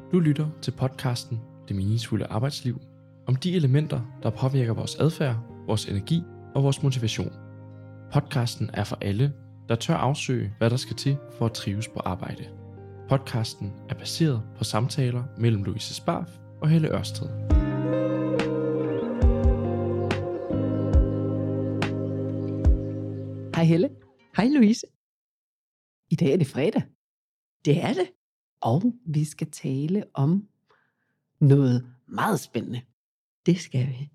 Du lytter til podcasten Det meningsfulde arbejdsliv, om de elementer, der påvirker vores adfærd, vores energi og vores motivation. Podcasten er for alle, der tør afsøge, hvad der skal til for at trives på arbejde. Podcasten er baseret på samtaler mellem Louise Sparf og Helle Ørsted. Hej Helle. Hej Louise. I dag er det fredag, Det er det. og vi skal tale om noget meget spændende. Det skal vi.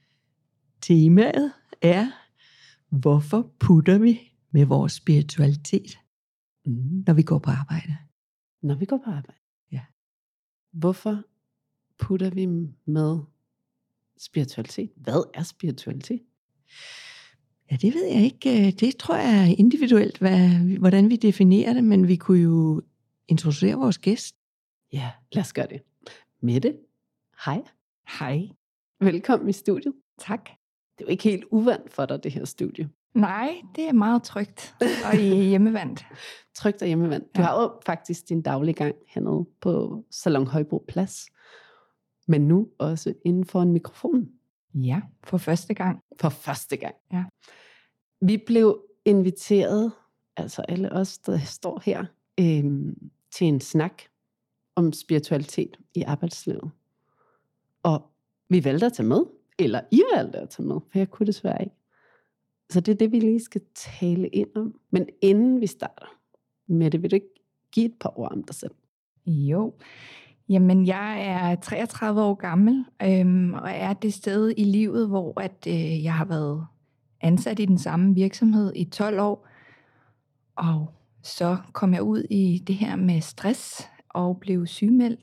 Temaet er, hvorfor putter vi med vores spiritualitet, når vi går på arbejde? Når vi går på arbejde. Ja. Hvorfor putter vi med spiritualitet? Hvad er spiritualitet? Ja, det ved jeg ikke. Det tror jeg er individuelt, hvordan vi definerer det, men vi kunne jo introducere vores gæst. Ja, lad os gøre det. Mette, hej. Hej. Velkommen i studiet. Tak. Det er jo ikke helt uvant for dig, det her studie. Nej, det er meget trygt og hjemmevandt. Trygt og hjemmevandt. Du Ja. har jo faktisk din daglige gang hernede på Salon Højbro Plads. Men nu også inden for en mikrofon. Ja, for første gang. For første gang. Ja. Vi blev inviteret, altså alle os, der står her, til en snak om spiritualitet i arbejdslivet. Og vi valgte at tage med, eller I valgte at tage med, for jeg kunne desværre ikke. Så det er det, vi lige skal tale ind om. Men inden vi starter, Mette, vil du ikke give et par ord om dig selv? Jo. Jamen, jeg er 33 år gammel, og er det sted i livet, hvor jeg har været ansat i den samme virksomhed i 12 år. Og så kom jeg ud i det her med stress og blev sygemeldt.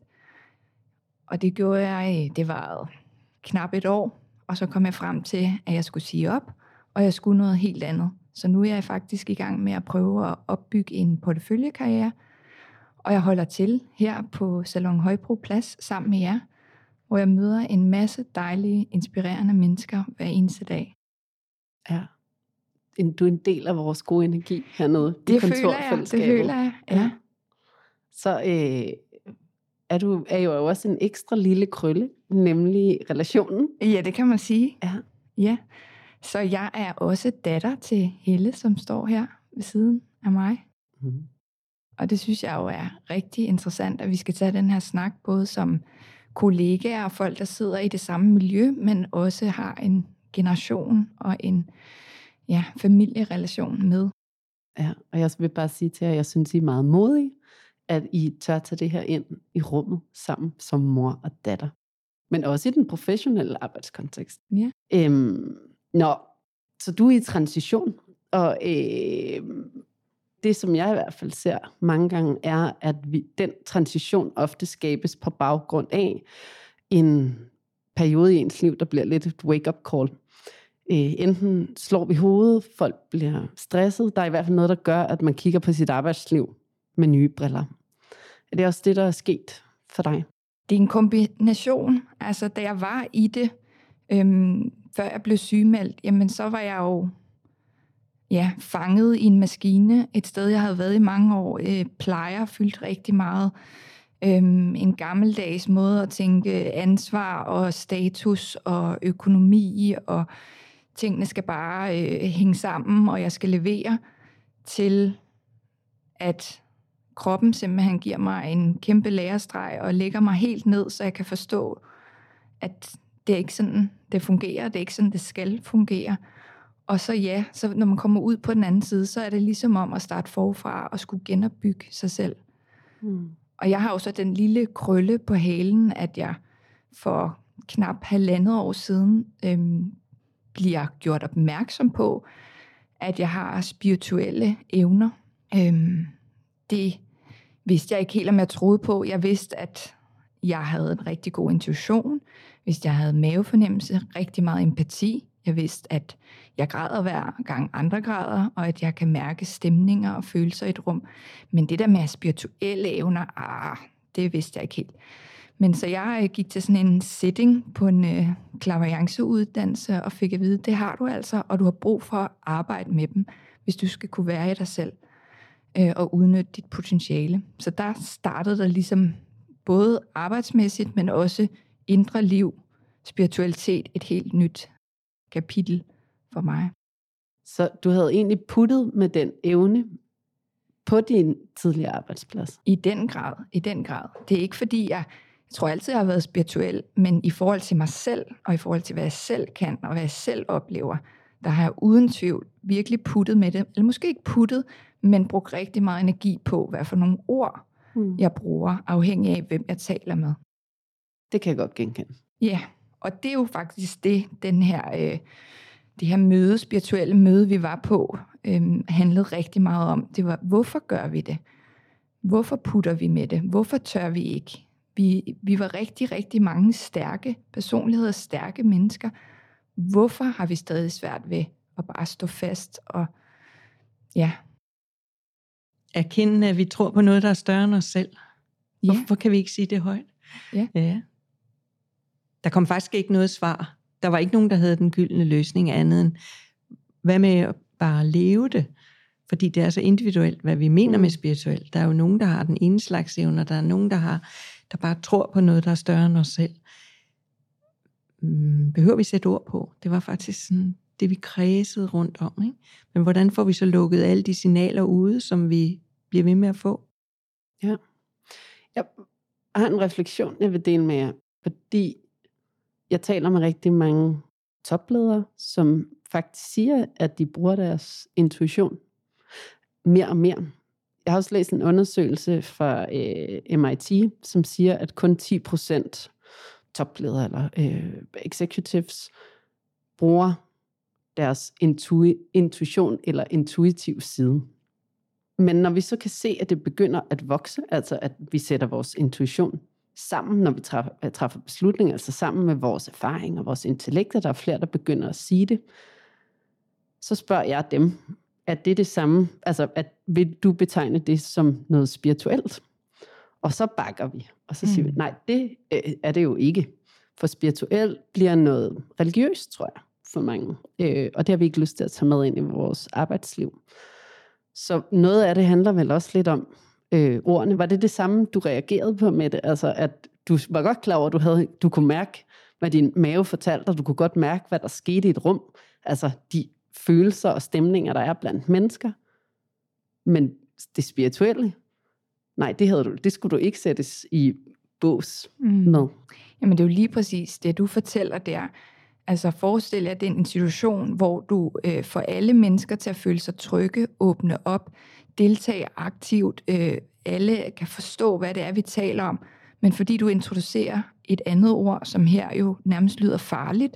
Og det gjorde jeg, det var knap et år. Og så kom jeg frem til, at jeg skulle sige op, og jeg skulle noget helt andet. Så nu er jeg faktisk i gang med at prøve at opbygge en porteføljekarriere. Og jeg holder til her på Salon Højbro Plads sammen med jer, hvor jeg møder en masse dejlige, inspirerende mennesker hver eneste dag. Ja. Du er en del af vores gode energi hernede. Det føler jeg. Ja. Så er jo også en ekstra lille krølle, nemlig relationen. Ja, det kan man sige. Ja. Ja. Så jeg er også datter til Helle, som står her ved siden af mig. Mm. Og det synes jeg jo er rigtig interessant, at vi skal tage den her snak, både som kollegaer og folk, der sidder i det samme miljø, men også har en generation og en familierelation med. Ja, og jeg vil bare sige til jer, at jeg synes, I er meget modige, at I tør tage det her ind i rummet sammen som mor og datter. Men også i den professionelle arbejdskontekst. Ja. Så du er i transition, og det, som jeg i hvert fald ser mange gange, er, at den transition ofte skabes på baggrund af en periode i ens liv, der bliver lidt et wake-up call. Enten slår vi hovedet, folk bliver stresset. Der er i hvert fald noget, der gør, at man kigger på sit arbejdsliv med nye briller. Er det også det, der er sket for dig? Det er en kombination. Altså, da jeg var i det, før jeg blev sygemeldt, jamen så var jeg jo fanget i en maskine. Et sted, jeg havde været i mange år. Plejer fyldt rigtig meget. En gammeldags måde at tænke ansvar og status og økonomi, og tingene skal bare hænge sammen, og jeg skal levere, til at kroppen simpelthen giver mig en kæmpe lærestreg og lægger mig helt ned, så jeg kan forstå, at det er ikke sådan, det fungerer. Det er ikke sådan, det skal fungere. Og så når man kommer ud på den anden side, så er det ligesom om at starte forfra og skulle genopbygge sig selv. Mm. Og jeg har jo så den lille krølle på halen, at jeg for knap 1,5 år siden bliver gjort opmærksom på, at jeg har spirituelle evner. Det vidste jeg ikke helt, om jeg troede på. Jeg vidste, at jeg havde en rigtig god intuition. Vidste, jeg havde mavefornemmelse, rigtig meget empati. Jeg vidste, at jeg græder hver gang andre græder, og at jeg kan mærke stemninger og følelser i et rum. Men det der med spirituelle evner, det vidste jeg ikke helt. Men så jeg gik til sådan en sitting på en clairvoyanceuddannelse og fik at vide, det har du altså, og du har brug for at arbejde med dem, hvis du skal kunne være i dig selv og udnytte dit potentiale. Så der startede der ligesom både arbejdsmæssigt, men også indre liv, spiritualitet, et helt nyt kapitel for mig. Så du havde egentlig puttet med den evne på din tidligere arbejdsplads? I den grad. Det er ikke fordi, jeg tror altid, jeg har været spirituel, men i forhold til mig selv, og i forhold til, hvad jeg selv kan, og hvad jeg selv oplever, der har jeg uden tvivl virkelig puttet med det. Eller måske ikke puttet, men brugt rigtig meget energi på, hvad for nogle ord, jeg bruger, afhængig af, hvem jeg taler med. Det kan jeg godt genkende. Ja, og det er jo faktisk det her møde, spirituelle møde, vi var på, handlede rigtig meget om. Det var, hvorfor gør vi det? Hvorfor putter vi med det? Hvorfor tør vi ikke? Vi var rigtig, rigtig mange stærke personligheder, stærke mennesker. Hvorfor har vi stadig svært ved at bare stå fast og erkende, at vi tror på noget, der er større end os selv. Hvorfor kan vi ikke sige det højt? Ja. Der kom faktisk ikke noget svar. Der var ikke nogen, der havde den gyldne løsning andet end, hvad med at bare leve det? Fordi det er så individuelt, hvad vi mener med spirituelt. Der er jo nogen, der har den ene slags evner, der er nogen, der bare tror på noget, der er større end os selv. Behøver vi sætte ord på? Det var faktisk sådan, det vi kredsede rundt om. Ikke? Men hvordan får vi så lukket alle de signaler ude, som vi bliver ved med at få? Ja. Jeg har en refleksion, jeg vil dele med jer, fordi jeg taler med rigtig mange topledere, som faktisk siger, at de bruger deres intuition mere og mere. Jeg har også læst en undersøgelse fra MIT, som siger, at kun 10% topledere eller executives bruger deres intuition eller intuitiv side. Men når vi så kan se, at det begynder at vokse, altså at vi sætter vores intuition sammen, når vi træffer beslutninger, altså sammen med vores erfaring og vores intellekt, og der er flere, der begynder at sige det, så spørger jeg dem, at det er det samme, altså at vil du betegne det som noget spirituelt? Og så bakker vi, og så siger vi, nej, det er det jo ikke. For spirituelt bliver noget religiøst, tror jeg, for mange. Og det har vi ikke lyst til at tage med ind i vores arbejdsliv. Så noget af det handler vel også lidt om ordene. Var det samme, du reagerede på med det? Altså, at du var godt klar over, at du kunne mærke, hvad din mave fortalte, og du kunne godt mærke, hvad der skete i et rum. Altså, de følelser og stemninger, der er blandt mennesker. Men det spirituelle, nej, det skulle du ikke sættes i bås med. Jamen, det er jo lige præcis det, du fortæller der. Altså forestil jer, at det er en institution, hvor du får alle mennesker til at føle sig trygge, åbne op, deltage aktivt. Alle kan forstå, hvad det er, vi taler om. Men fordi du introducerer et andet ord, som her jo nærmest lyder farligt,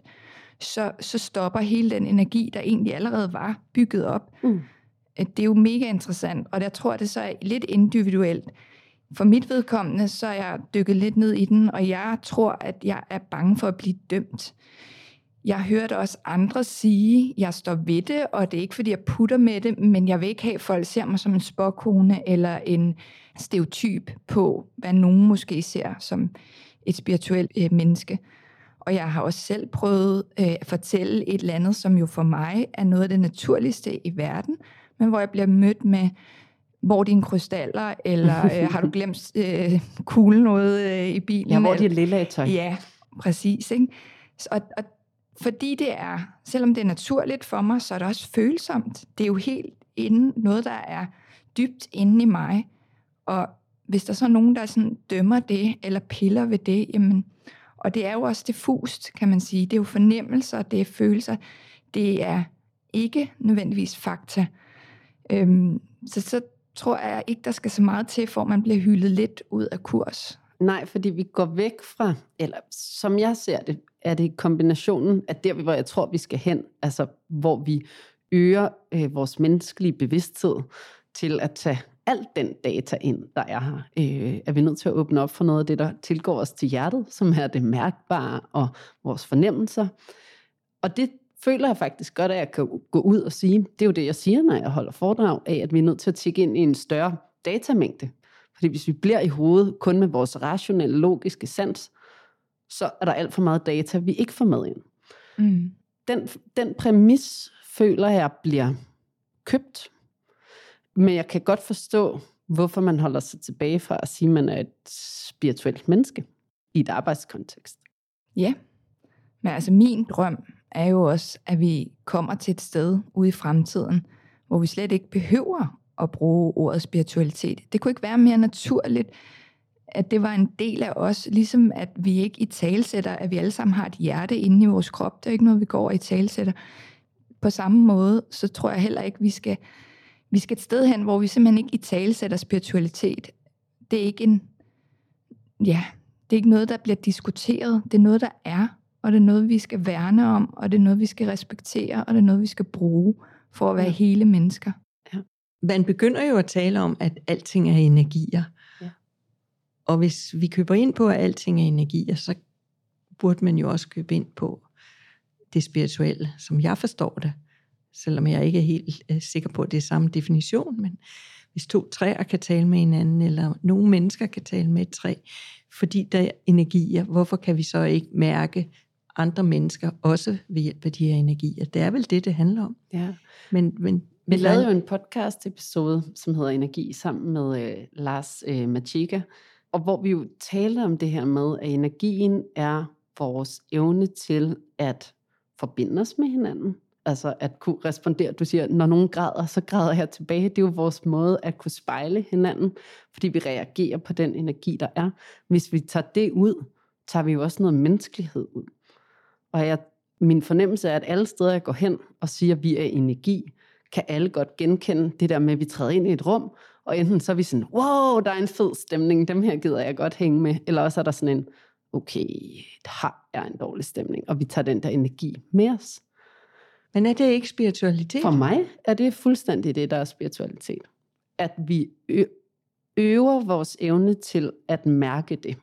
så stopper hele den energi, der egentlig allerede var bygget op. Det er jo mega interessant, og jeg tror, det så er lidt individuelt. For mit vedkommende, så er jeg dykket lidt ned i den, og jeg tror, at jeg er bange for at blive dømt. Jeg hørte også andre sige, jeg står ved det, og det er ikke fordi, jeg putter med det, men jeg vil ikke have, at folk ser mig som en spåkone eller en stereotyp på, hvad nogen måske ser som et spirituelt menneske. Og jeg har også selv prøvet at fortælle et eller andet, som jo for mig er noget af det naturligste i verden, men hvor jeg bliver mødt med, hvor er dine krystaller, eller har du glemt kuglen noget i bilen? Ja, hvor er de lille tøj? Ja, præcis. Ikke? Og fordi det er, selvom det er naturligt for mig, så er det også følsomt. Det er jo helt noget, der er dybt inde i mig. Og hvis der så er nogen, der sådan dømmer det, eller piller ved det, jamen, og det er jo også diffust, kan man sige. Det er jo fornemmelser, det er følelser. Det er ikke nødvendigvis fakta. Så tror jeg ikke, der skal så meget til, for man bliver hyldet lidt ud af kurs. Nej, fordi vi går væk fra, eller som jeg ser det, er det kombinationen af der, hvor jeg tror, vi skal hen, altså hvor vi øger vores menneskelige bevidsthed til at tage alt den data ind, der er her. Er vi nødt til at åbne op for noget af det, der tilgår os til hjertet, som er det mærkbare og vores fornemmelser. Og det føler jeg faktisk godt, at jeg kan gå ud og sige. Det er jo det, jeg siger, når jeg holder foredrag af, at vi er nødt til at tjekke ind i en større datamængde. Fordi hvis vi bliver i hovedet kun med vores rationelle, logiske sans, så er der alt for meget data, vi ikke får med ind. Den præmis føler jeg bliver købt. Men jeg kan godt forstå, hvorfor man holder sig tilbage fra at sige, at man er et spirituelt menneske i et arbejdskontekst. Ja, men altså min drøm er jo også, at vi kommer til et sted ude i fremtiden, hvor vi slet ikke behøver at bruge ordet spiritualitet. Det kunne ikke være mere naturligt, at det var en del af os, ligesom at vi ikke italesætter, at vi alle sammen har et hjerte inde i vores krop. Det er ikke noget, vi går og italesætter. På samme måde, så tror jeg heller ikke, vi skal et sted hen, hvor vi simpelthen ikke italesætter spiritualitet. Det er ikke det er ikke noget, der bliver diskuteret. Det er noget, der er, og det er noget, vi skal værne om, og det er noget, vi skal respektere, og det er noget, vi skal bruge for at være hele mennesker. Ja. Man begynder jo at tale om, at alting er energier. Ja. Og hvis vi køber ind på, at alting er energier, så burde man jo også købe ind på det spirituelle, som jeg forstår det. Selvom jeg ikke er helt sikker på, at det er samme definition, men hvis 2 træer kan tale med hinanden, eller nogle mennesker kan tale med et træ, fordi der er energier, hvorfor kan vi så ikke mærke andre mennesker også ved hjælp af de her energier? Det er vel det handler om. Ja. Men vi lavede jo en podcast-episode, som hedder Energi, sammen med Lars Machika, og hvor vi jo talte om det her med, at energien er vores evne til at forbinde os med hinanden. Altså at kunne respondere. Du siger, når nogen græder, så græder jeg tilbage. Det er jo vores måde at kunne spejle hinanden, fordi vi reagerer på den energi, der er. Hvis vi tager det ud, tager vi jo også noget menneskelighed ud. Og min fornemmelse er, at alle steder, jeg går hen og siger, at vi er energi, kan alle godt genkende det der med, at vi træder ind i et rum, og enten så er vi sådan, wow, der er en fed stemning, dem her gider jeg godt hænge med, eller også er der sådan en, okay, der er en dårlig stemning, og vi tager den der energi med os. Men er det ikke spiritualitet? For mig er det fuldstændig det, der er spiritualitet. At vi øver vores evne til at mærke det.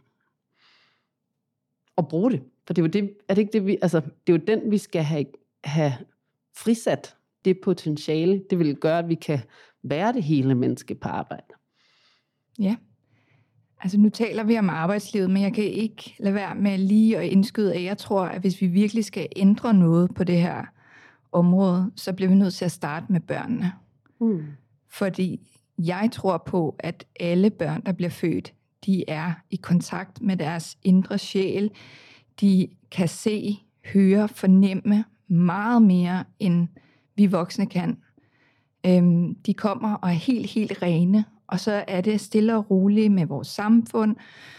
Og bruge det. For det er jo det, er det ikke det, det er jo den, vi skal have frisat. Det potentiale, det vil gøre, at vi kan være det hele menneske på arbejde. Ja. Altså nu taler vi om arbejdslivet, men jeg kan ikke lade være med lige at indskyde, at jeg tror, at hvis vi virkelig skal ændre noget på det her område, så bliver vi nødt til at starte med børnene. Fordi jeg tror på, at alle børn, der bliver født, de er i kontakt med deres indre sjæl. De kan se, høre, fornemme meget mere, end vi voksne kan. De kommer og er helt rene, og så er det stille og roligt med vores samfund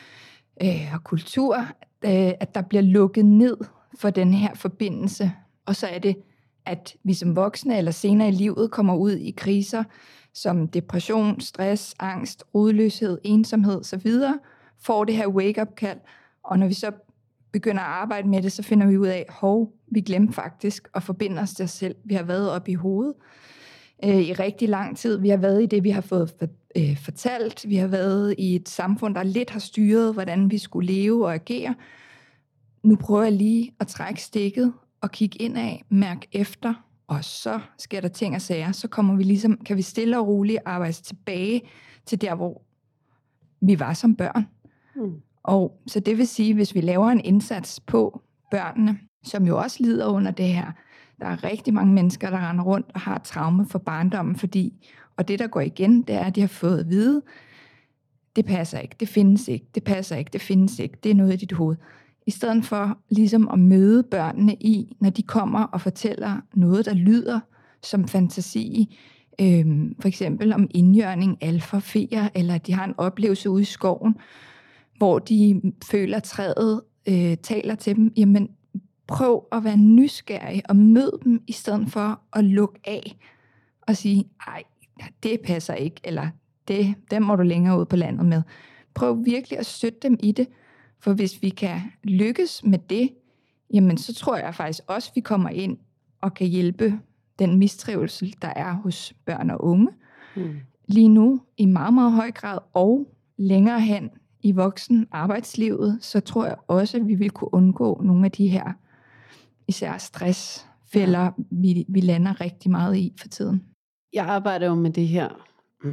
og kultur, at der bliver lukket ned for den her forbindelse. Og så er det, at vi som voksne eller senere i livet kommer ud i kriser som depression, stress, angst, rodløshed, ensomhed osv., får det her wake-up-kald, og når vi så begynder at arbejde med det, så finder vi ud af, vi glemte faktisk at forbinde os til os selv. Vi har været oppe i hovedet i rigtig lang tid. Vi har været i det, vi har fået fortalt. Vi har været i et samfund, der lidt har styret, hvordan vi skulle leve og agere. Nu prøver jeg lige at trække stikket og kigge indad, mærke efter, og så sker der ting og sager. Så kommer vi kan vi stille og roligt arbejde tilbage til der, hvor vi var som børn. Og så det vil sige, hvis vi laver en indsats på børnene, som jo også lider under det her, der er rigtig mange mennesker, der render rundt og har traume for barndommen, og det, der går igen, det er, at de har fået at vide, det passer ikke, det findes ikke, det passer ikke, det findes ikke, det er noget i dit hoved. I stedet for ligesom at møde børnene i, når de kommer og fortæller noget, der lyder som fantasi, for eksempel om indjørning, alfa, feer, eller de har en oplevelse ude i skoven, hvor de føler, at træet taler til dem, jamen prøv at være nysgerrig og mød dem, i stedet for at lukke af og sige, ej, det passer ikke, eller dem må du længere ud på landet med. Prøv virkelig at støtte dem i det, for hvis vi kan lykkes med det, jamen så tror jeg faktisk også, at vi kommer ind og kan hjælpe den mistrivsel, der er hos børn og unge. Lige nu i meget, meget høj grad, og længere hen i voksen arbejdslivet, så tror jeg også, at vi vil kunne undgå nogle af de her, især stressfælder, vi lander rigtig meget i for tiden. Jeg arbejder jo med det her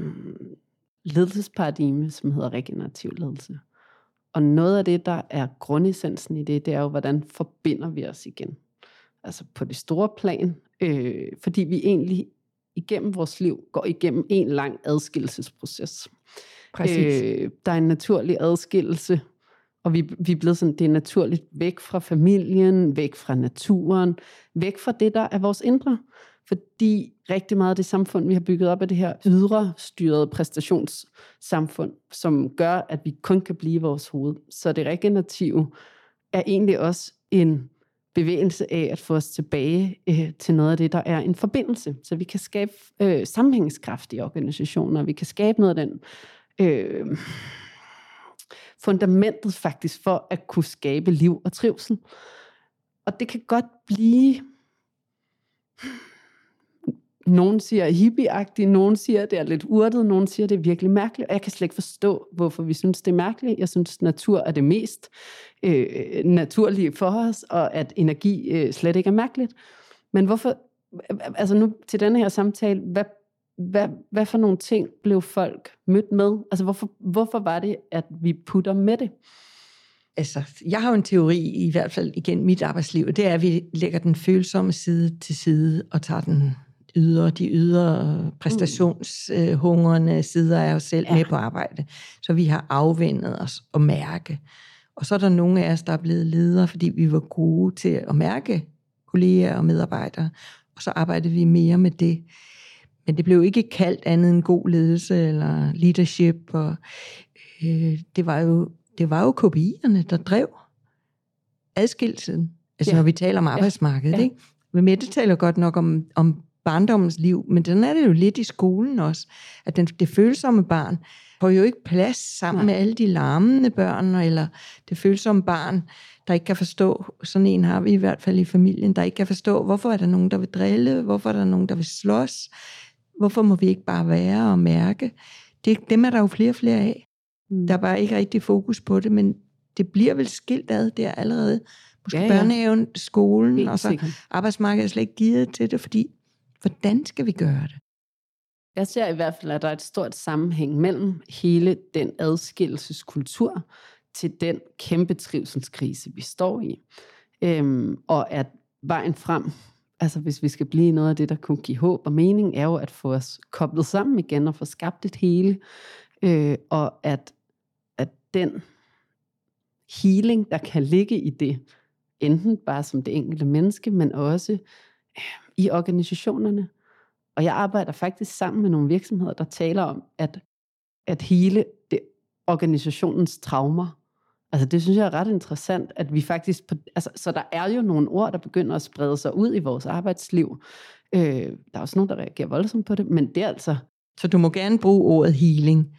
ledelsesparadigme, som hedder regenerativ ledelse. Og noget af det, der er grundessensen i det, det er jo, hvordan forbinder vi os igen. Altså på det store plan, fordi vi egentlig igennem vores liv går igennem en lang adskillelsesproces. Præcis. Der er en naturlig adskillelse, og vi er blevet sådan, det er naturligt væk fra familien, væk fra naturen, væk fra det, der er vores indre. Fordi rigtig meget af det samfund, vi har bygget op, er det her ydre styrede præstationssamfund, som gør, at vi kun kan blive vores hoved. Så det regenerative er egentlig også en bevægelse af at få os tilbage til noget af det, der er en forbindelse. Så vi kan skabe sammenhængskraft i organisationer, vi kan skabe noget af den fundamentet faktisk for at kunne skabe liv og trivsel. Og det kan godt blive, nogen siger hippieagtigt, nogen siger, det er lidt urtet, nogen siger, det er virkelig mærkeligt, og jeg kan slet ikke forstå, hvorfor vi synes, det er mærkeligt. Jeg synes, natur er det mest naturlige for os, og at energi slet ikke er mærkeligt. Men hvorfor, altså nu til denne her samtale, hvad for nogle ting blev folk mødt med? Altså hvorfor var det, at vi putter med det? Altså, jeg har jo en teori, i hvert fald igen mit arbejdsliv, det er, at vi lægger den følsomme side til side, og tager de ydre præstationshungrende sider af os selv med på arbejde. Så vi har afvendet os at mærke. Og så er der nogle af os, der er blevet ledere, fordi vi var gode til at mærke kolleger og medarbejdere, og så arbejdede vi mere med det. Men det blev ikke kaldt andet end god ledelse eller leadership, og det var jo KPI'erne, der drev adskillelsen. Altså når vi taler om arbejdsmarkedet, ikke? Men Mette taler godt nok om barndommens liv, men den er det jo lidt i skolen også, at det følsomme barn får jo ikke plads sammen med alle de larmende børn, eller det følsomme barn, der ikke kan forstå, sådan en har vi i hvert fald i familien, der ikke kan forstå, hvorfor er der nogen, der vil drille, hvorfor er der nogen, der vil slås, hvorfor må vi ikke bare være og mærke. Dem er der jo flere og flere af. Der er bare ikke rigtig fokus på det, men det bliver vel skilt ad der allerede. Måske børnehaven, skolen, helt og så sikkert. Arbejdsmarkedet er slet ikke givet til det, fordi hvordan skal vi gøre det? Jeg ser i hvert fald, at der er et stort sammenhæng mellem hele den adskillelseskultur til den kæmpe trivselskrise, vi står i. Og at vejen frem, altså hvis vi skal blive noget af det, der kunne give håb og mening, er jo at få os koblet sammen igen og få skabt et hele. Og at den healing, der kan ligge i det, enten bare som det enkelte menneske, men også i organisationerne. Og jeg arbejder faktisk sammen med nogle virksomheder, der taler om at hele organisationens traumer. Altså det synes jeg er ret interessant, at vi faktisk, så der er jo nogle ord, der begynder at sprede sig ud i vores arbejdsliv. Der er også nogen, der reagerer voldsomt på det, men det er altså... Så du må gerne bruge ordet healing.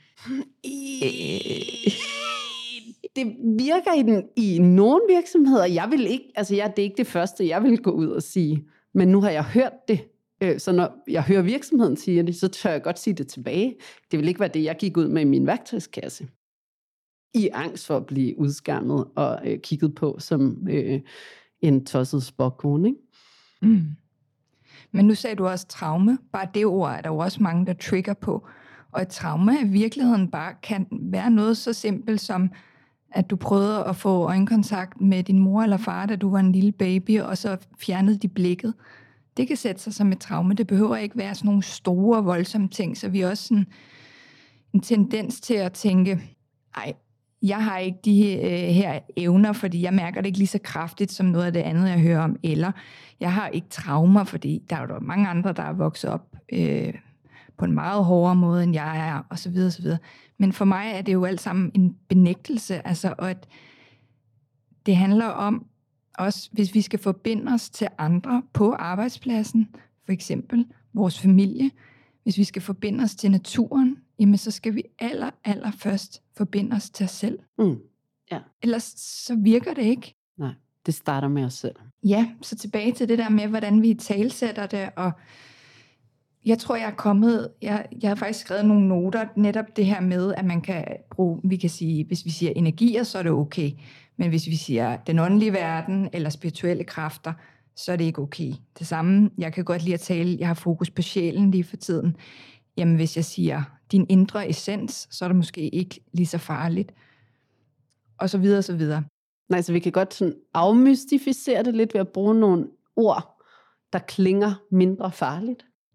Det virker i nogle virksomheder. Jeg vil ikke, det er ikke det første, jeg vil gå ud og sige. Men nu har jeg hørt det. Så når jeg hører virksomheden sige det, så tør jeg godt sige det tilbage. Det vil ikke være det, jeg gik ud med i min værktøjskasse. I angst for at blive udskammet og kigget på som en tosset spåkone, ikke? Mm. Men nu sagde du også traume. Bare det ord er der jo også mange, der trigger på. Og et traume i virkeligheden bare kan være noget så simpelt som, at du prøvede at få øjenkontakt med din mor eller far, da du var en lille baby, og så fjernede de blikket. Det kan sætte sig som et traume. Det behøver ikke være sådan nogle store, voldsomme ting, så vi har også sådan en tendens til at tænke, ej, jeg har ikke de her evner, fordi jeg mærker det ikke lige så kraftigt som noget af det andet, jeg hører om, eller jeg har ikke traumer, fordi der er jo mange andre, der er vokset op på en meget hårdere måde, end jeg er, og så videre, så videre. Men for mig er det jo alt sammen en benægtelse, altså, og at det handler om, også hvis vi skal forbinde os til andre på arbejdspladsen, for eksempel vores familie, hvis vi skal forbinde os til naturen, jamen så skal vi aller først forbinde os til os selv. Ja. Ellers så virker det ikke. Nej, det starter med os selv. Ja, så tilbage til det der med, hvordan vi talsætter det, og jeg tror, jeg har faktisk skrevet nogle noter, netop det her med, at man kan bruge, vi kan sige, hvis vi siger energier, så er det okay. Men hvis vi siger den åndelige verden, eller spirituelle kræfter, så er det ikke okay. Det samme, jeg kan godt lide at tale, jeg har fokus på sjælen lige for tiden. Jamen hvis jeg siger din indre essens, så er det måske ikke lige så farligt. Og så videre, og så videre. Nej, så vi kan godt sådan afmystificere det lidt ved at bruge nogle ord, der klinger mindre farligt.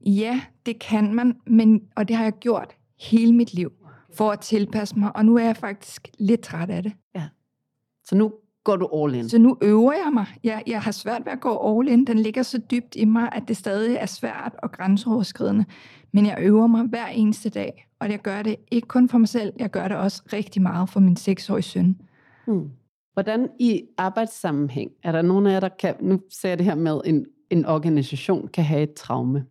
Ja, det kan man, og det har jeg gjort hele mit liv for at tilpasse mig, og nu er jeg faktisk lidt træt af det. Ja. Så nu går du all in? Så nu øver jeg mig. Jeg har svært ved at gå all in. Den ligger så dybt i mig, at det stadig er svært og grænseoverskridende. Men jeg øver mig hver eneste dag, og jeg gør det ikke kun for mig selv, jeg gør det også rigtig meget for min 6-årige søn. Hvordan i arbejdssammenhæng, er der nogen af jer, der kan, nu ser jeg det her med, en organisation kan have et traume.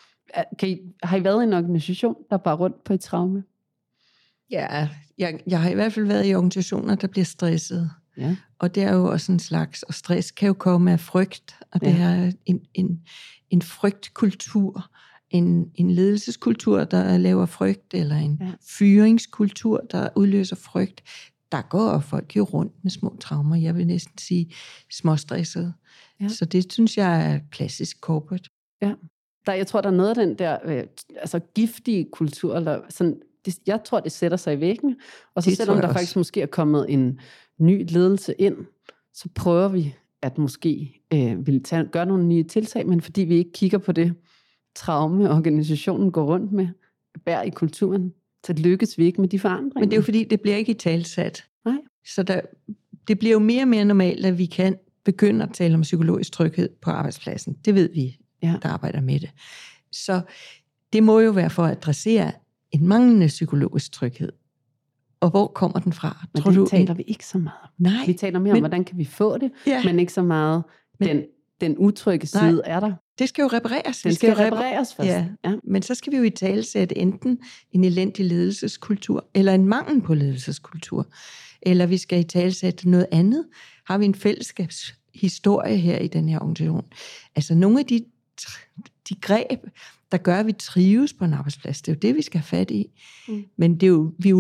Har I været i en organisation, der bare rundt på et traume? Ja, jeg har i hvert fald været i organisationer, der bliver stresset. Ja. Og det er jo også en slags, og stress kan jo komme af frygt, og det er en frygtkultur, en ledelseskultur, der laver frygt, eller en fyringskultur, der udløser frygt. Der går folk jo rundt med små traumer, jeg vil næsten sige småstressede. Ja. Så det synes jeg er klassisk corporate. Ja. Jeg tror, der er noget af den der giftige kultur, eller sådan, jeg tror, det sætter sig i væggene, og så selvom der faktisk måske er kommet en ny ledelse ind, så prøver vi at måske gøre nogle nye tiltag, men fordi vi ikke kigger på det traume, organisationen går rundt med, bær i kulturen, så lykkes vi ikke med de forandringer. Men det er jo fordi, det bliver ikke i talsat. Nej. Så det bliver jo mere og mere normalt, at vi kan begynde at tale om psykologisk tryghed på arbejdspladsen. Det ved vi, der arbejder med det. Så det må jo være for at adressere en manglende psykologisk tryghed. Og hvor kommer den fra? Men det taler vi ikke så meget om. Nej. Vi taler mere om, hvordan kan vi få det, men ikke så meget, den utrygge side er der. Det skal jo repareres. Den skal repareres først. Ja. Men så skal vi jo i tale sætte enten en elendig ledelseskultur, eller en mangel på ledelseskultur. Eller vi skal i tale sætte noget andet. Har vi en fællesskabshistorie her i den her organisation? Altså nogle af de greb, der gør, at vi trives på en arbejdsplads, det er jo det, vi skal have fat i. Men vi er jo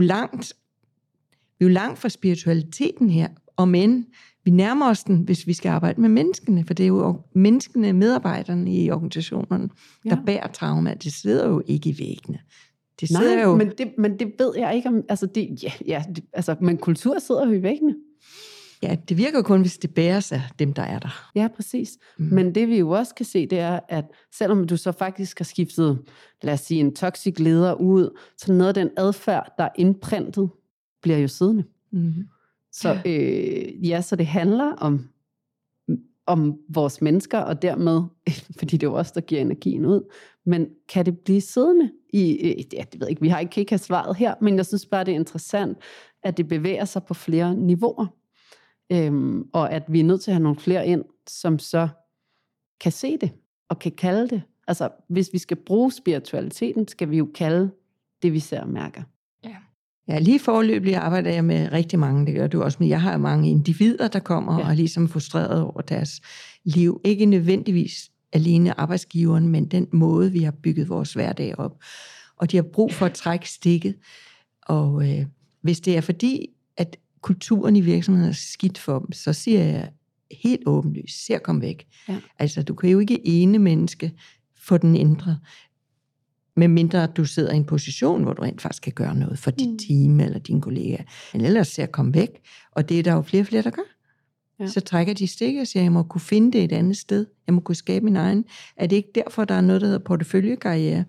langt fra spiritualiteten her, om end vi nærmer os den, hvis vi skal arbejde med menneskene, for det er jo menneskene, medarbejderne i organisationerne, der bærer trauma. Det sidder jo ikke i væggene. Det sidder jo... men det ved jeg ikke om... men kultur sidder jo i væggene. Ja, det virker jo kun, hvis det bæres af dem, der er der. Ja, præcis. Men det vi jo også kan se, det er, at selvom du så faktisk har skiftet, lad os sige, en toxic leder ud, så noget af den adfærd, der er indprintet, bliver jo siddende. Så så det handler om vores mennesker, og dermed, fordi det er jo os, der giver energien ud, men kan det blive siddende det ved jeg ikke, vi kan ikke have svaret her, men jeg synes bare, det er interessant, at det bevæger sig på flere niveauer, og at vi er nødt til at have nogle flere ind, som så kan se det, og kan kalde det. Altså, hvis vi skal bruge spiritualiteten, skal vi jo kalde det, vi ser og mærker. Ja, lige foreløbig arbejder jeg med rigtig mange, det gør du også, men jeg har mange individer, der kommer og er ligesom frustreret over deres liv. Ikke nødvendigvis alene arbejdsgiveren, men den måde, vi har bygget vores hverdag op. Og de har brug for at trække stikket. Og hvis det er fordi, at kulturen i virksomheden er skidt for dem, så siger jeg helt åbenlyst, se at komme væk. Ja. Altså, du kan jo ikke ene menneske få den ændret. Med mindre du sidder i en position, hvor du rent faktisk kan gøre noget for dit team eller dine kollegaer. Men ellers ser at komme væk. Og det er der jo flere og flere, der gør. Ja. Så trækker de stik og siger, jeg må kunne finde det et andet sted. Jeg må kunne skabe min egen. Er det ikke derfor, der er noget, der hedder porteføljekarriere?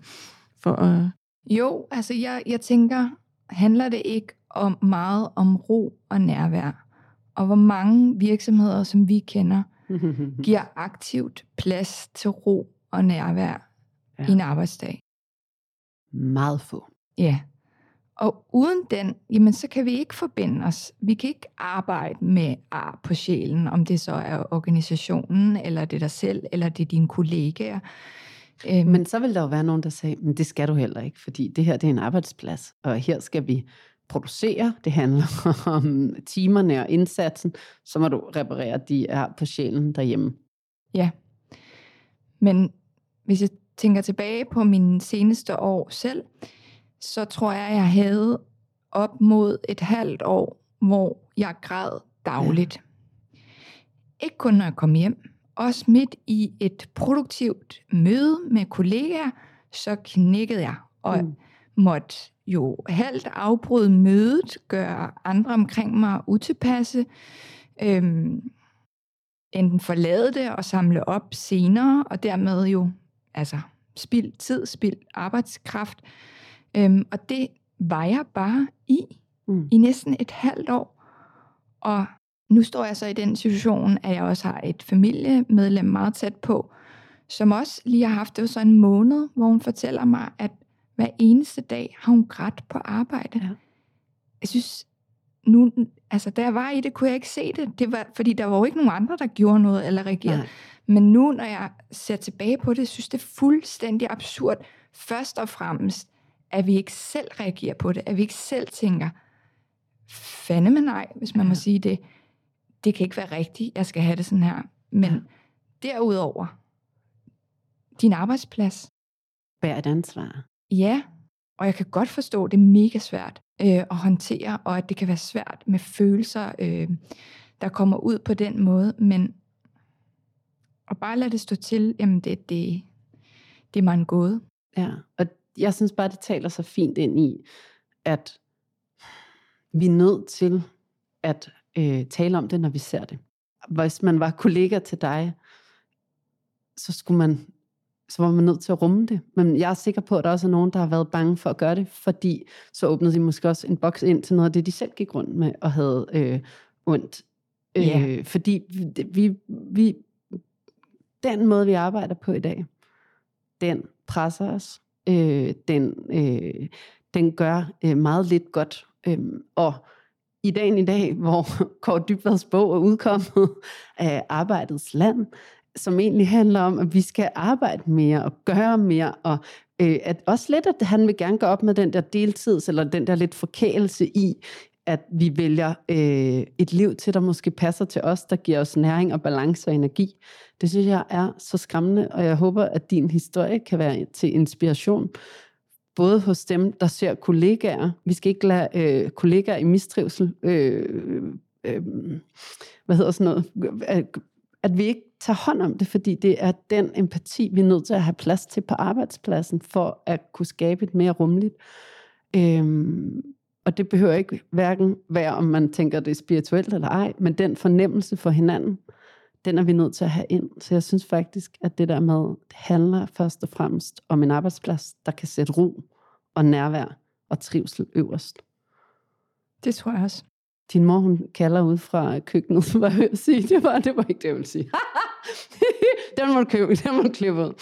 Jo, altså jeg tænker, handler det ikke meget om ro og nærvær? Og hvor mange virksomheder, som vi kender, giver aktivt plads til ro og nærvær i en arbejdsdag? Meget få. Ja. Og uden den, jamen så kan vi ikke forbinde os. Vi kan ikke arbejde med ar på sjælen, om det så er organisationen, eller det er dig selv, eller det er dine kollegaer. Men så vil der jo være nogen, der siger, men det skal du heller ikke, fordi det her det er en arbejdsplads, og her skal vi producere. Det handler om timerne og indsatsen, så må du reparere de ar på sjælen derhjemme. Ja. Men hvis jeg tænker tilbage på mine seneste år selv, så tror jeg havde op mod et halvt år, hvor jeg græd dagligt. Ikke kun når jeg kom hjem, også midt i et produktivt møde med kollegaer, så knækkede jeg, og måtte jo halvt afbryde mødet, gøre andre omkring mig utilpasse, enten forlade det og samle op senere, og dermed jo spild tid, spild arbejdskraft. Og det var jeg bare i næsten et halvt år. Og nu står jeg så i den situation, at jeg også har et familiemedlem meget tæt på, som også lige har haft det så en måned, hvor hun fortæller mig, at hver eneste dag har hun grædt på arbejde. Ja. Jeg synes, nu, altså da jeg var i det, kunne jeg ikke se det. Det var, fordi der var jo ikke nogen andre, der gjorde noget eller reagerede. Nej. Men nu, når jeg ser tilbage på det, synes det er fuldstændig absurd. Først og fremmest, at vi ikke selv reagerer på det. At vi ikke selv tænker, fandeme nej, hvis man må sige det. Det kan ikke være rigtigt, jeg skal have det sådan her. Men derudover, din arbejdsplads. Bær et ansvar. Ja, og jeg kan godt forstå, at det er mega svært at håndtere, og at det kan være svært med følelser, der kommer ud på den måde. Men at bare lade det stå til, jamen det er mig en gåde. Ja, og jeg synes bare, det taler så fint ind i, at vi er nødt til at tale om det, når vi ser det. Hvis man var kollega til dig, så var man nødt til at rumme det. Men jeg er sikker på, at der også er nogen, der har været bange for at gøre det, fordi så åbnede de måske også en boks ind til noget af det, de selv gik rundt med og havde ondt. Fordi vi den måde, vi arbejder på i dag, den presser os. Den gør meget lidt godt. Og i dag, hvor Kaare Dybvads bog er udkommet af Arbejdets Land, som egentlig handler om, at vi skal arbejde mere og gøre mere, og at også lidt, at han vil gerne gå op med den der deltids, eller den der lidt forkælelse i, at vi vælger et liv til, der måske passer til os, der giver os næring og balance og energi. Det synes jeg er så skræmmende, og jeg håber, at din historie kan være til inspiration, både hos dem, der ser kollegaer. Vi skal ikke lade kollegaer i mistrivsel, at vi ikke tager hånd om det, fordi det er den empati, vi er nødt til at have plads til på arbejdspladsen, for at kunne skabe et mere rummeligt. Og det behøver ikke hverken være, om man tænker, det er spirituelt eller ej, men den fornemmelse for hinanden, den er vi nødt til at have ind. Så jeg synes faktisk, at det der med, det handler først og fremmest om en arbejdsplads, der kan sætte ro og nærvær og trivsel øverst. Det tror jeg også. Din mor, hun kalder ud fra køkkenet, hvad jeg vil sige. Det var ikke det, jeg ville sige. Den må du klippe ud.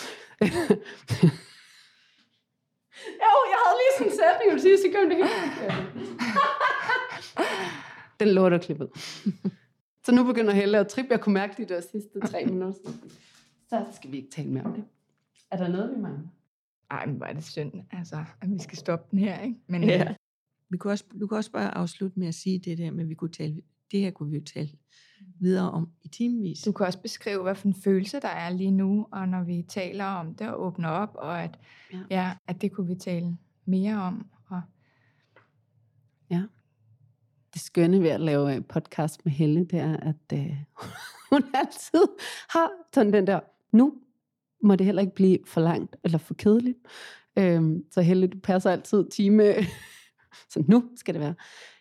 Jo, jeg havde lige sådan en sætning, jeg ville sige, så gør det helt. Den lover du at klippe ud. Så nu begynder Helle at trippe. Jeg kunne mærke det de sidste 3 minutter. Så skal vi ikke tale mere om det. Er der noget, vi mangler? Ej, men hvor er det synd, altså, at vi skal stoppe den her, ikke? Men, ja. Du kan også bare afslutte med at sige det der, men det her kunne vi jo tale videre om i timevis. Du kan også beskrive, hvad for en følelse der er lige nu, og når vi taler om det og åbner op, og at det kunne vi tale mere om. Og ja. Det skønne ved at lave podcast med Helle, det er, at hun altid har sådan den der, nu må det heller ikke blive for langt eller for kedeligt. Så Helle, du passer altid time, så nu skal det være.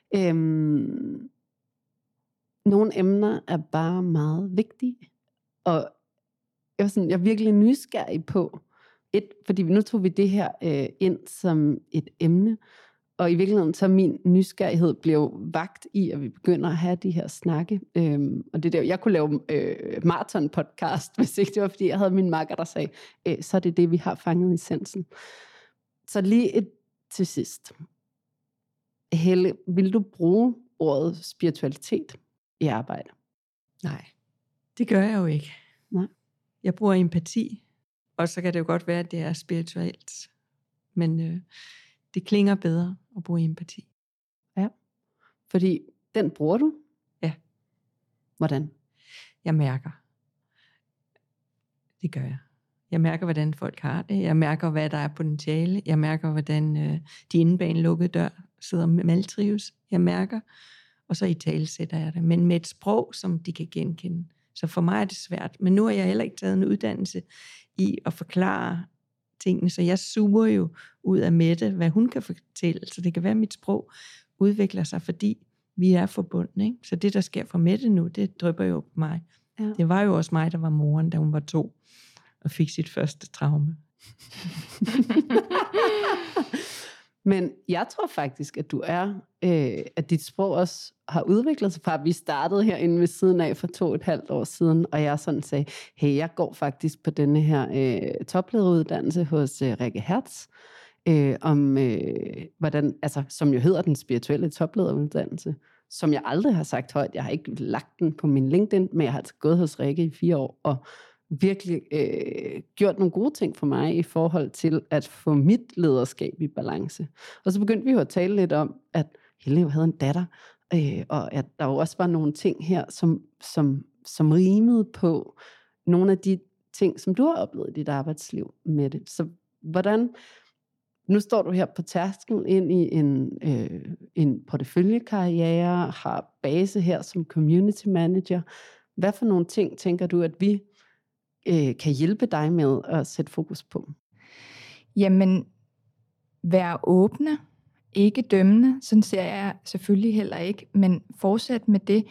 Nogle emner er bare meget vigtige, og jeg er virkelig nysgerrig på, fordi nu tog vi det her ind som et emne, og i virkeligheden så min nysgerrighed bliver jo vakt i, at vi begynder at have de her snakke. Og det der, jeg kunne lave maraton-podcast, hvis ikke det var, fordi jeg havde min makker, der sagde, så er det det, vi har fanget i essensen. Så lige til sidst. Helle, vil du bruge ordet spiritualitet i arbejde? Nej, det gør jeg jo ikke. Nej. Jeg bruger empati, og så kan det jo godt være, at det er spirituelt. Men det klinger bedre at bruge empati. Ja, fordi den bruger du? Ja. Hvordan? Jeg mærker. Det gør jeg. Jeg mærker, hvordan folk har det. Jeg mærker, hvad der er potentiale. Jeg mærker, hvordan de inde bag en lukket dør sidder og maltrives. Jeg mærker, og så i tale sætter jeg det. Men med et sprog, som de kan genkende. Så for mig er det svært. Men nu har jeg heller ikke taget en uddannelse i at forklare tingene, så jeg suger jo ud af Mette, hvad hun kan fortælle. Så det kan være, at mit sprog udvikler sig, fordi vi er forbundne. Ikke? Så det, der sker for Mette nu, det drypper jo på mig. Ja. Det var jo også mig, der var moren, da hun var 2, og fik sit første traume. Men jeg tror faktisk, at du er, at dit sprog også har udviklet sig fra, at vi startede herinde ved siden af for 2,5 år siden, og jeg sådan sagde, hey, jeg går faktisk på denne her toplederuddannelse hos Rikke Hertz, om hvordan, altså, som jo hedder den spirituelle toplederuddannelse, som jeg aldrig har sagt højt. Jeg har ikke lagt den på min LinkedIn, men jeg har altså gået hos Rikke i 4 år, og virkelig gjort nogle gode ting for mig i forhold til at få mit lederskab i balance. Og så begyndte vi jo at tale lidt om, at Helle havde en datter, og at der jo også var nogle ting her, som rimede på nogle af de ting, som du har oplevet i dit arbejdsliv med det. Så hvordan, nu står du her på tærsklen ind i en porteføljekarriere, har base her som community manager. Hvad for nogle ting tænker du, at vi kan hjælpe dig med at sætte fokus på? Jamen, være åbne, ikke dømmende, sådan ser jeg selvfølgelig heller ikke, men fortsæt med det.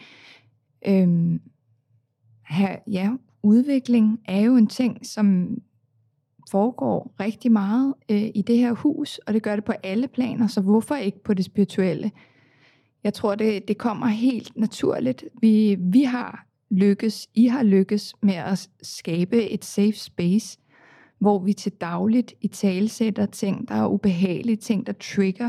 Udvikling er jo en ting, som foregår rigtig meget i det her hus, og det gør det på alle planer, så hvorfor ikke på det spirituelle? Jeg tror, det kommer helt naturligt. Vi har lykkes, I har lykkes med at skabe et safe space, hvor vi til dagligt italesætter ting, der er ubehagelige, ting, der trigger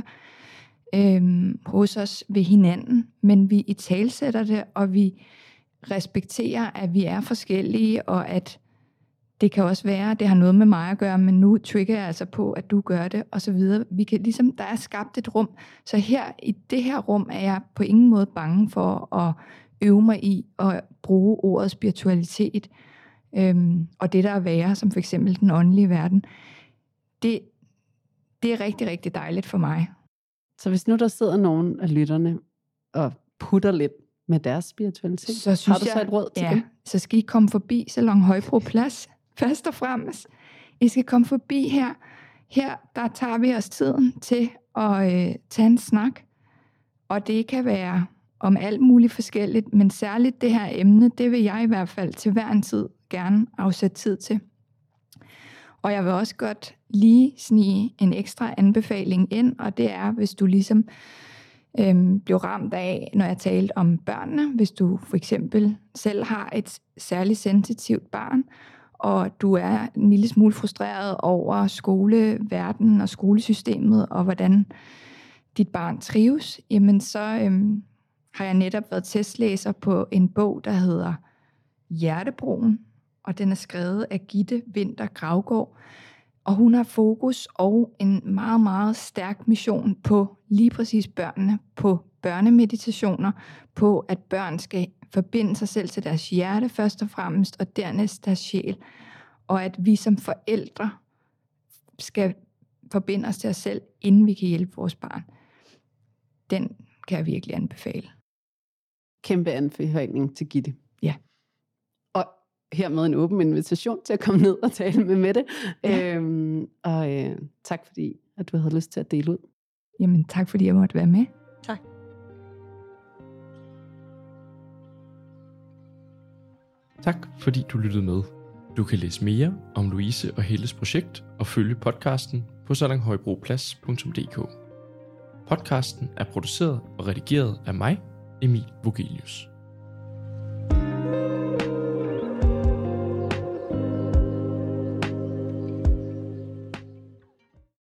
hos os ved hinanden, men vi italesætter det, og vi respekterer, at vi er forskellige, og at det kan også være, at det har noget med mig at gøre, men nu trigger jeg altså på, at du gør det, og så videre. Vi kan ligesom, der er skabt et rum, så her i det her rum er jeg på ingen måde bange for at øve mig i at bruge ordet spiritualitet, og det der er værre, som for eksempel den åndelige verden. Det er rigtig, rigtig dejligt for mig. Så hvis nu der sidder nogen af lytterne og putter lidt med deres spiritualitet, så har du så et råd til dem? Så skal I komme forbi Salon Højbro Plads, først og fremmest. I skal komme forbi her. Her, der tager vi os tiden til at tage en snak, og det kan være om alt muligt forskelligt, men særligt det her emne, det vil jeg i hvert fald til hver en tid gerne afsætte tid til. Og jeg vil også godt lige snige en ekstra anbefaling ind, og det er, hvis du ligesom blev ramt af, når jeg talte om børnene, hvis du for eksempel selv har et særligt sensitivt barn, og du er en lille smule frustreret over skoleverdenen og skolesystemet, og hvordan dit barn trives, jamen så har jeg netop været testlæser på en bog, der hedder Hjertebroen, og den er skrevet af Gitte Winther Gravgaard, og hun har fokus og en meget, meget stærk mission på lige præcis børnene, på børnemeditationer, på at børn skal forbinde sig selv til deres hjerte først og fremmest, og dernæst deres sjæl, og at vi som forældre skal forbinde os til os selv, inden vi kan hjælpe vores barn. Den kan jeg virkelig anbefale. Kæmpe anbefaling til Gitte. Ja. Og hermed en åben invitation til at komme ned og tale med Mette. Ja. Tak fordi, at du havde lyst til at dele ud. Jamen tak fordi jeg måtte være med. Tak. Tak fordi du lyttede med. Du kan læse mere om Louise og Helles projekt og følge podcasten på salonghøjbroplads.dk. Podcasten er produceret og redigeret af mig, Emil Vogelius.